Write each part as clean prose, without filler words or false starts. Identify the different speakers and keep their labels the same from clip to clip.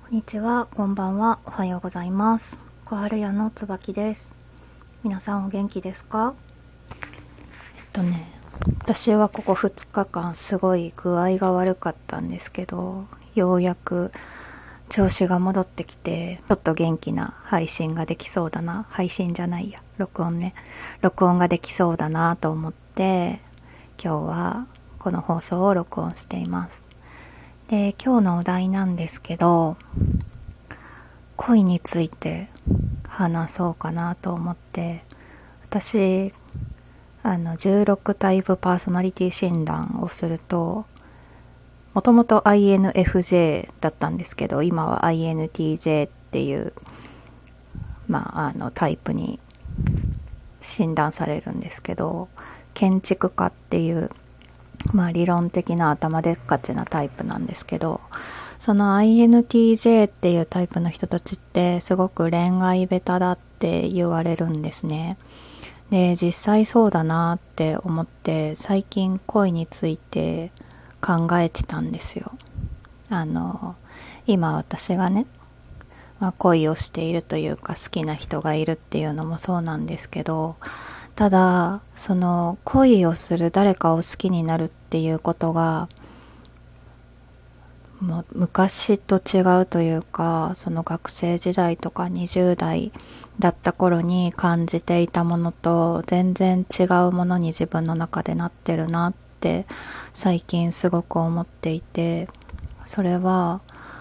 Speaker 1: こんにちは、こんばんは、おはようございます。小春屋の椿です。皆さんお元気ですか？私はここ2日間すごい具合が悪かったんですけど、ようやく調子が戻ってきて、ちょっと元気な配信ができそうだな、配信じゃないや、録音ができそうだなと思って、今日はこの放送を録音しています。で、今日のお題なんですけど、恋について話そうかなと思って、私16タイプパーソナリティ診断をすると、もともと INFJ だったんですけど、今は INTJ っていうタイプに診断されるんですけど、建築家っていう理論的な頭でっかちなタイプなんですけど、その INTJ っていうタイプの人たちってすごく恋愛ベタだって言われるんですね。で、実際そうだなって思って、最近恋について考えてたんですよ。今私がね、恋をしているというか好きな人がいるっていうのもそうなんですけど、ただその恋をする、誰かを好きになるっていうことがもう昔と違うというか、その学生時代とか20代だった頃に感じていたものと全然違うものに自分の中でなってるなって最近すごく思っていて、それは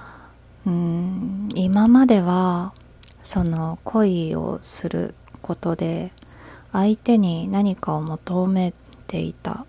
Speaker 1: 今まではその恋をすることで相手に何かを求めていた、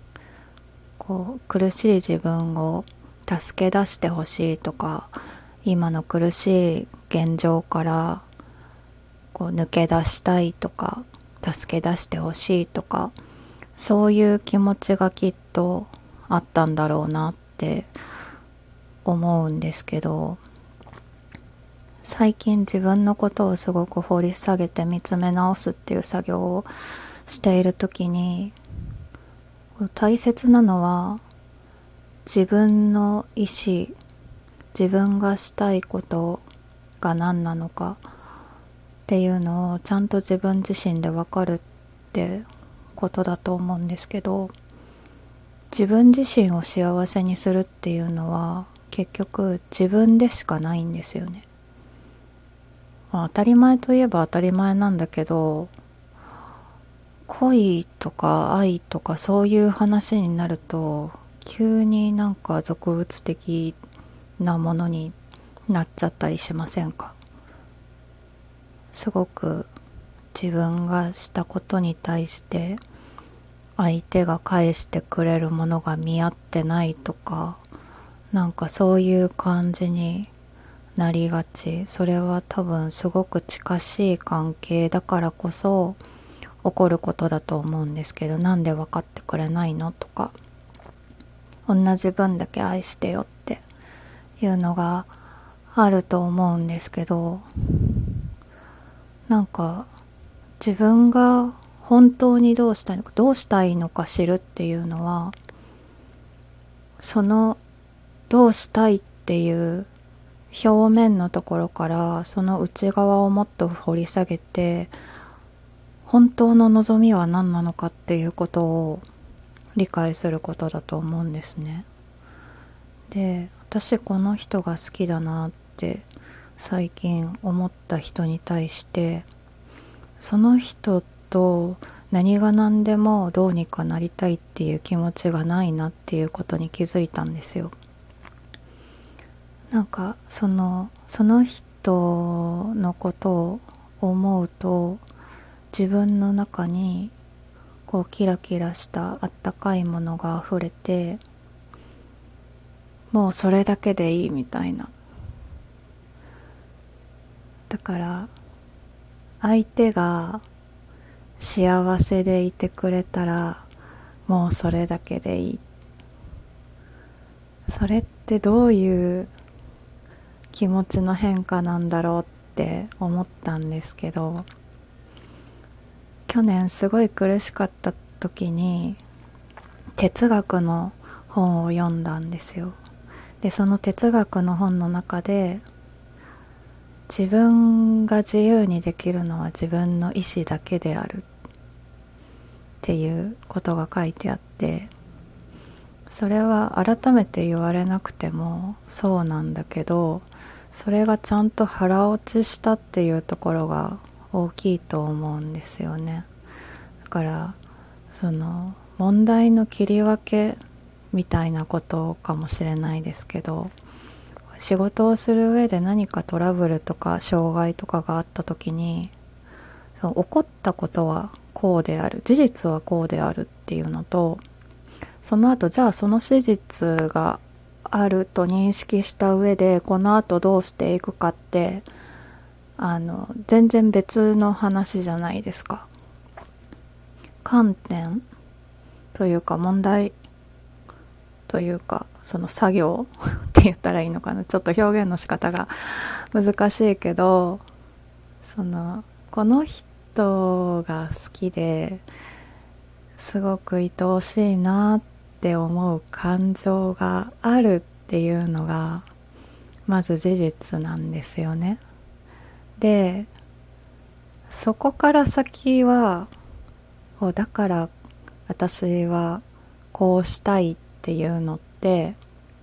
Speaker 1: 苦しい自分を助け出してほしいとか、今の苦しい現状から抜け出したいとか、助け出してほしいとか、そういう気持ちがきっとあったんだろうなって思うんですけど、最近自分のことをすごく掘り下げて見つめ直すっていう作業をしているときに、大切なのは自分の意思、自分がしたいことが何なのかっていうのをちゃんと自分自身で分かるってことだと思うんですけど、自分自身を幸せにするっていうのは結局自分でしかないんですよね。当たり前といえば当たり前なんだけど、恋とか愛とかそういう話になると急になんか俗物的なものになっちゃったりしませんか？すごく自分がしたことに対して相手が返してくれるものが見合ってないとか、なんかそういう感じになりがち。それは多分すごく近しい関係だからこそ起こることだと思うんですけど、なんで分かってくれないのとか、同じ分だけ愛してよっていうのがあると思うんですけど、なんか自分が本当にどうしたいのか、どうしたいのか知るっていうのは、そのどうしたいっていう表面のところからその内側をもっと掘り下げて、本当の望みは何なのかっていうことを理解することだと思うんですね。で、私この人が好きだなって最近思った人に対して、その人と何が何でもどうにかなりたいっていう気持ちがないなっていうことに気づいたんですよ。なんかその人のことを思うと、自分の中にキラキラしたあったかいものが溢れて、もうそれだけでいいみたいな。だから相手が幸せでいてくれたらもうそれだけでいい。それってどういう気持ちの変化なんだろうって思ったんですけど、去年すごい苦しかった時に哲学の本を読んだんですよ。で、その哲学の本の中で自分が自由にできるのは自分の意志だけであるっていうことが書いてあって、それは改めて言われなくてもそうなんだけど、それがちゃんと腹落ちしたっていうところが大きいと思うんですよね。だからその問題の切り分けみたいなことかもしれないですけど、仕事をする上で何かトラブルとか障害とかがあった時に、その起こったことはこうである、事実はこうであるっていうのと、その後じゃあその事実があると認識した上でこの後どうしていくかって、全然別の話じゃないですか。観点というか問題というか、その作業って言ったらいいのかな、ちょっと表現の仕方が難しいけど、この人が好きですごく愛おしいなって思う感情があるっていうのがまず事実なんですよね。で、そこから先は、だから私はこうしたいっていうのって、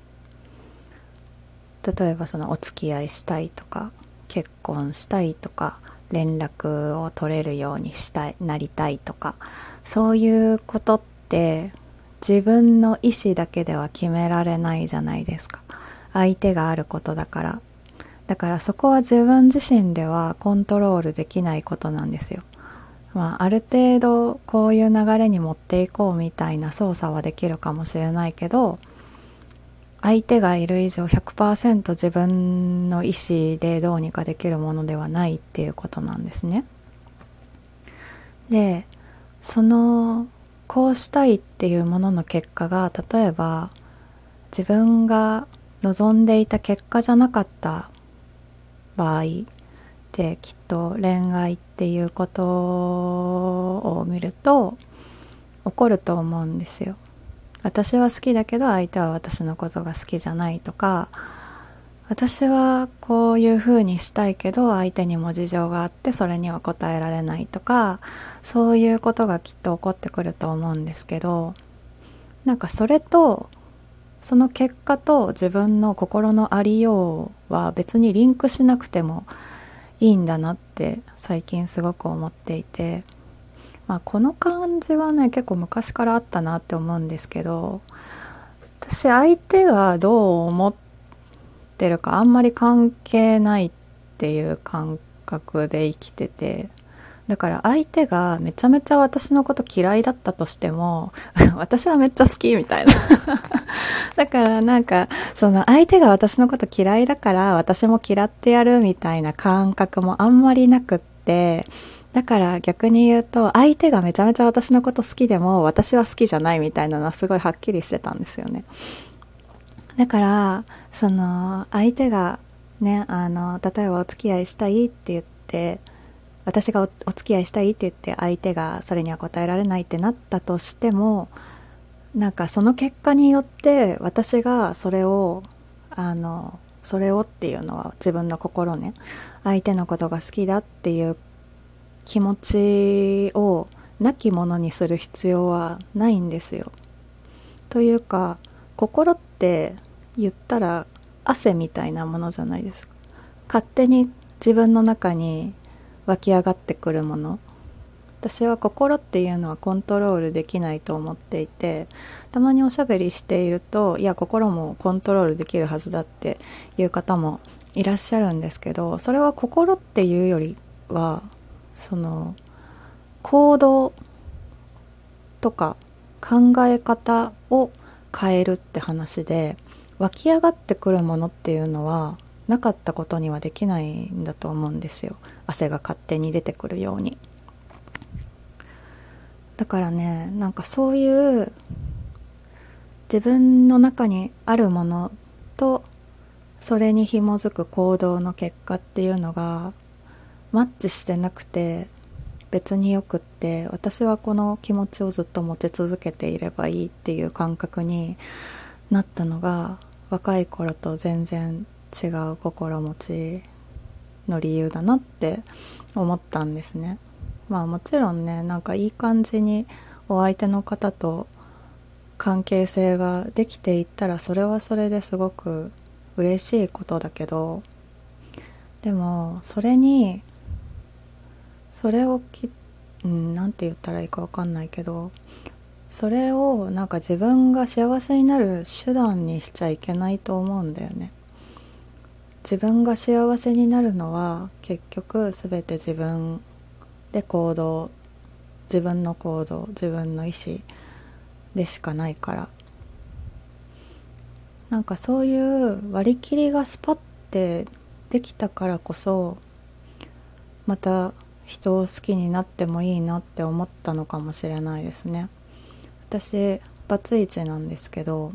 Speaker 1: 例えばそのお付き合いしたいとか結婚したいとか連絡を取れるようになりたいとか、そういうことって自分の意思だけでは決められないじゃないですか。相手があることだから。だからそこは自分自身ではコントロールできないことなんですよ。ある程度こういう流れに持っていこうみたいな操作はできるかもしれないけど、相手がいる以上 100% 自分の意思でどうにかできるものではないっていうことなんですね。で、こうしたいっていうものの結果が、例えば自分が望んでいた結果じゃなかった場合ってきっと恋愛っていうことを見ると起こると思うんですよ。私は好きだけど相手は私のことが好きじゃないとか、私はこういう風にしたいけど相手にも事情があってそれには応えられないとか、そういうことがきっと起こってくると思うんですけど、なんかそれとその結果と自分の心のありようは別にリンクしなくてもいいんだなって最近すごく思っていて、この感じはね結構昔からあったなって思うんですけど、私相手がどう思ってるかあんまり関係ないっていう感覚で生きてて、だから相手がめちゃめちゃ私のこと嫌いだったとしても私はめっちゃ好きみたいなだからなんかその相手が私のこと嫌いだから私も嫌ってやるみたいな感覚もあんまりなくって、だから逆に言うと相手がめちゃめちゃ私のこと好きでも私は好きじゃないみたいなのはすごいはっきりしてたんですよね。だから相手がね、例えばお付き合いしたいって言って、私がお付き合いしたいって言って相手がそれには応えられないってなったとしても、なんかその結果によって私がそれをっていうのは自分の心ね、相手のことが好きだっていう気持ちをなきものにする必要はないんですよ。というか、心って言ったら汗みたいなものじゃないですか。勝手に自分の中に湧き上がってくるもの。私は心っていうのはコントロールできないと思っていて、たまにおしゃべりしていると、いや心もコントロールできるはずだっていう方もいらっしゃるんですけど、それは心っていうよりは行動とか考え方を変えるって話で、湧き上がってくるものっていうのはなかったことにはできないんだと思うんですよ。汗が勝手に出てくるように。だからね、なんかそういう自分の中にあるものとそれに紐づく行動の結果っていうのがマッチしてなくて別によくって、私はこの気持ちをずっと持ち続けていればいいっていう感覚になったのが若い頃と全然違う心持ちの理由だなって思ったんですね。まあもちろんね、なんかいい感じにお相手の方と関係性ができていったらそれはそれですごく嬉しいことだけど、でもそれにそれをなんて言ったらいいかわかんないけど、それをなんか自分が幸せになる手段にしちゃいけないと思うんだよね。自分が幸せになるのは結局全て自分で自分の行動、自分の意思でしかないから、なんかそういう割り切りがスパッてできたからこそ、また人を好きになってもいいなって思ったのかもしれないですね。私バツイチなんですけど、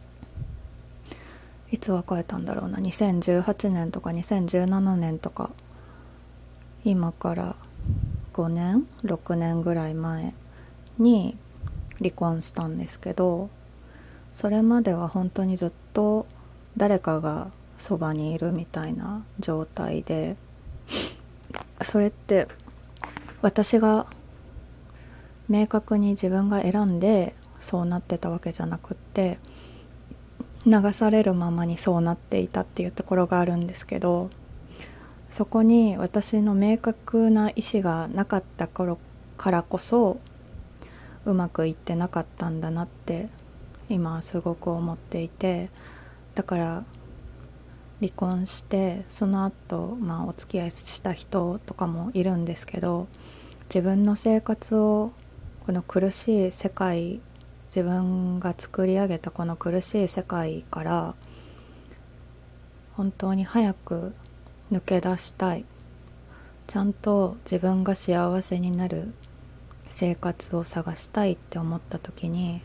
Speaker 1: いつ別れたんだろうな、2018年とか2017年とか、今から5年6年ぐらい前に離婚したんですけど、それまでは本当にずっと誰かがそばにいるみたいな状態で、それって私が明確に自分が選んでそうなってたわけじゃなくって、流されるままにそうなっていたっていうところがあるんですけど、そこに私の明確な意思がなかった頃からこそうまくいってなかったんだなって今はすごく思っていて、だから離婚してその後、お付き合いした人とかもいるんですけど、自分の生活をこの苦しい世界、自分が作り上げたこの苦しい世界から本当に早く抜け出したい、ちゃんと自分が幸せになる生活を探したいって思った時に、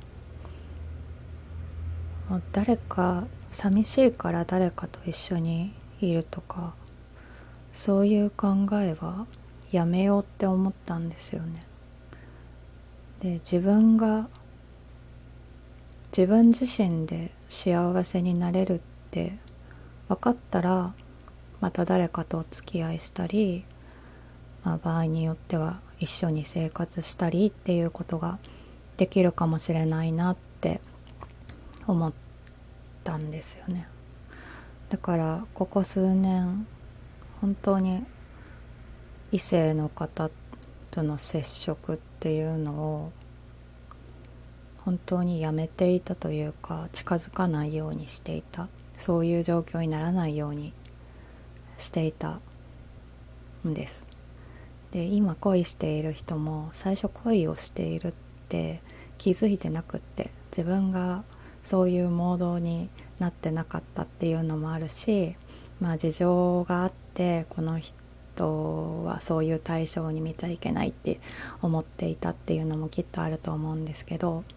Speaker 1: もう誰か寂しいから誰かと一緒にいるとか、そういう考えはやめようって思ったんですよね。で、自分が自分自身で幸せになれるって分かったら、また誰かとお付き合いしたり、場合によっては一緒に生活したりっていうことができるかもしれないなって思ったんですよね。だからここ数年本当に異性の方との接触っていうのを本当にやめていたというか、近づかないようにしていた、そういう状況にならないようにしていたんです。で、今恋している人も最初恋をしているって気づいてなくって、自分がそういうモードになってなかったっていうのもあるし、事情があってこの人はそういう対象に見ちゃいけないって思っていたっていうのもきっとあると思うんですけど、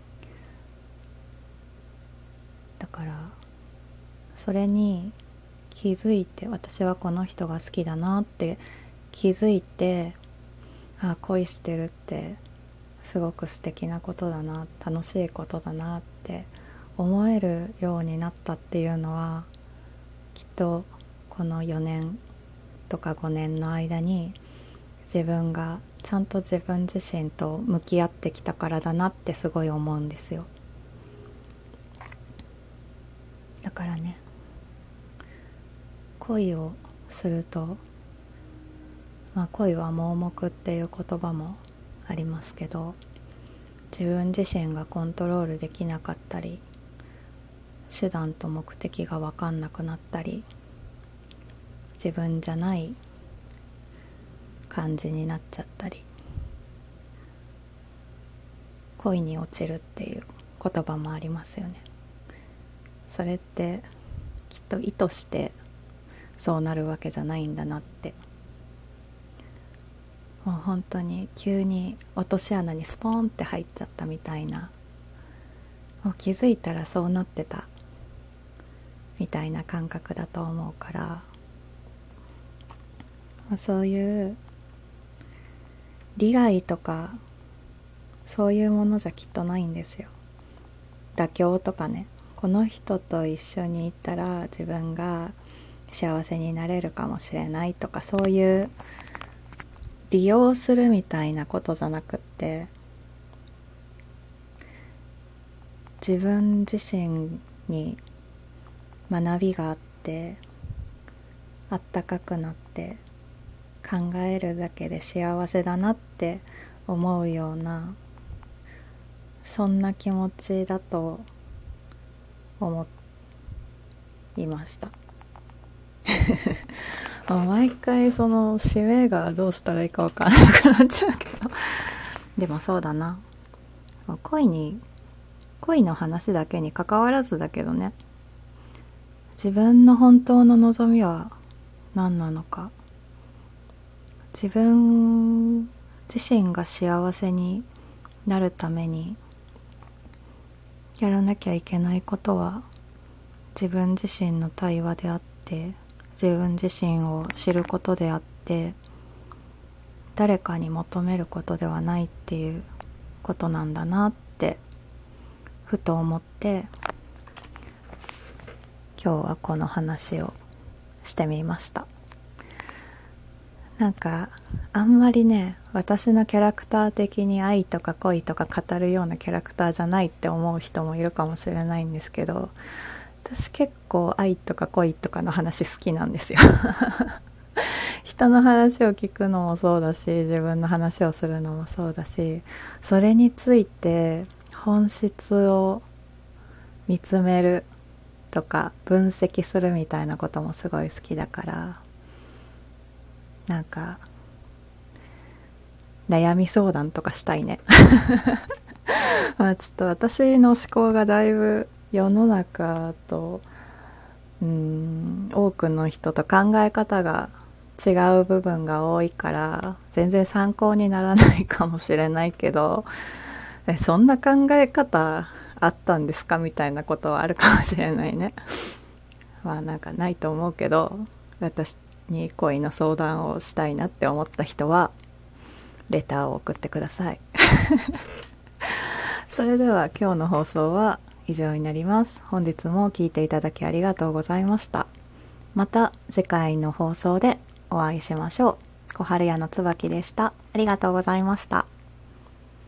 Speaker 1: だからそれに気づいて、私はこの人が好きだなって気づいて、恋してるってすごく素敵なことだな、楽しいことだなって思えるようになったっていうのは、きっとこの4年とか5年の間に自分がちゃんと自分自身と向き合ってきたからだなってすごい思うんですよ。だからね、恋をすると、恋は盲目っていう言葉もありますけど、自分自身がコントロールできなかったり、手段と目的が分かんなくなったり、自分じゃない感じになっちゃったり、恋に落ちるっていう言葉もありますよね。それってきっと意図してそうなるわけじゃないんだなって、もう本当に急に落とし穴にスポーンって入っちゃったみたいな、もう気づいたらそうなってたみたいな感覚だと思うから、そういう利害とかそういうものじゃきっとないんですよ。妥協とかね、この人と一緒にいたら自分が幸せになれるかもしれないとか、そういう利用するみたいなことじゃなくって、自分自身に学びがあって、あったかくなって考えるだけで幸せだなって思うような、そんな気持ちだと思いました。毎回その締めがどうしたらいいかわからなくなっちゃうけどでもそうだな、恋の話だけに関わらずだけどね、自分の本当の望みは何なのか、自分自身が幸せになるためにやらなきゃいけないことは自分自身の対話であって、自分自身を知ることであって、誰かに求めることではないっていうことなんだなってふと思って、今日はこの話をしてみました。なんかあんまりね、私のキャラクター的に愛とか恋とか語るようなキャラクターじゃないって思う人もいるかもしれないんですけど、私結構愛とか恋とかの話好きなんですよ人の話を聞くのもそうだし、自分の話をするのもそうだし、それについて本質を見つめるとか分析するみたいなこともすごい好きだから、なんか悩み相談とかしたいねまあちょっと私の思考がだいぶ世の中と多くの人と考え方が違う部分が多いから全然参考にならないかもしれないけど、そんな考え方あったんですかみたいなことはあるかもしれないね。まあなんかないと思うけど、私に恋の相談をしたいなって思った人はレターを送ってくださいそれでは今日の放送は以上になります。本日も聞いていただきありがとうございました。また次回の放送でお会いしましょう。小春屋の椿でした。ありがとうございました。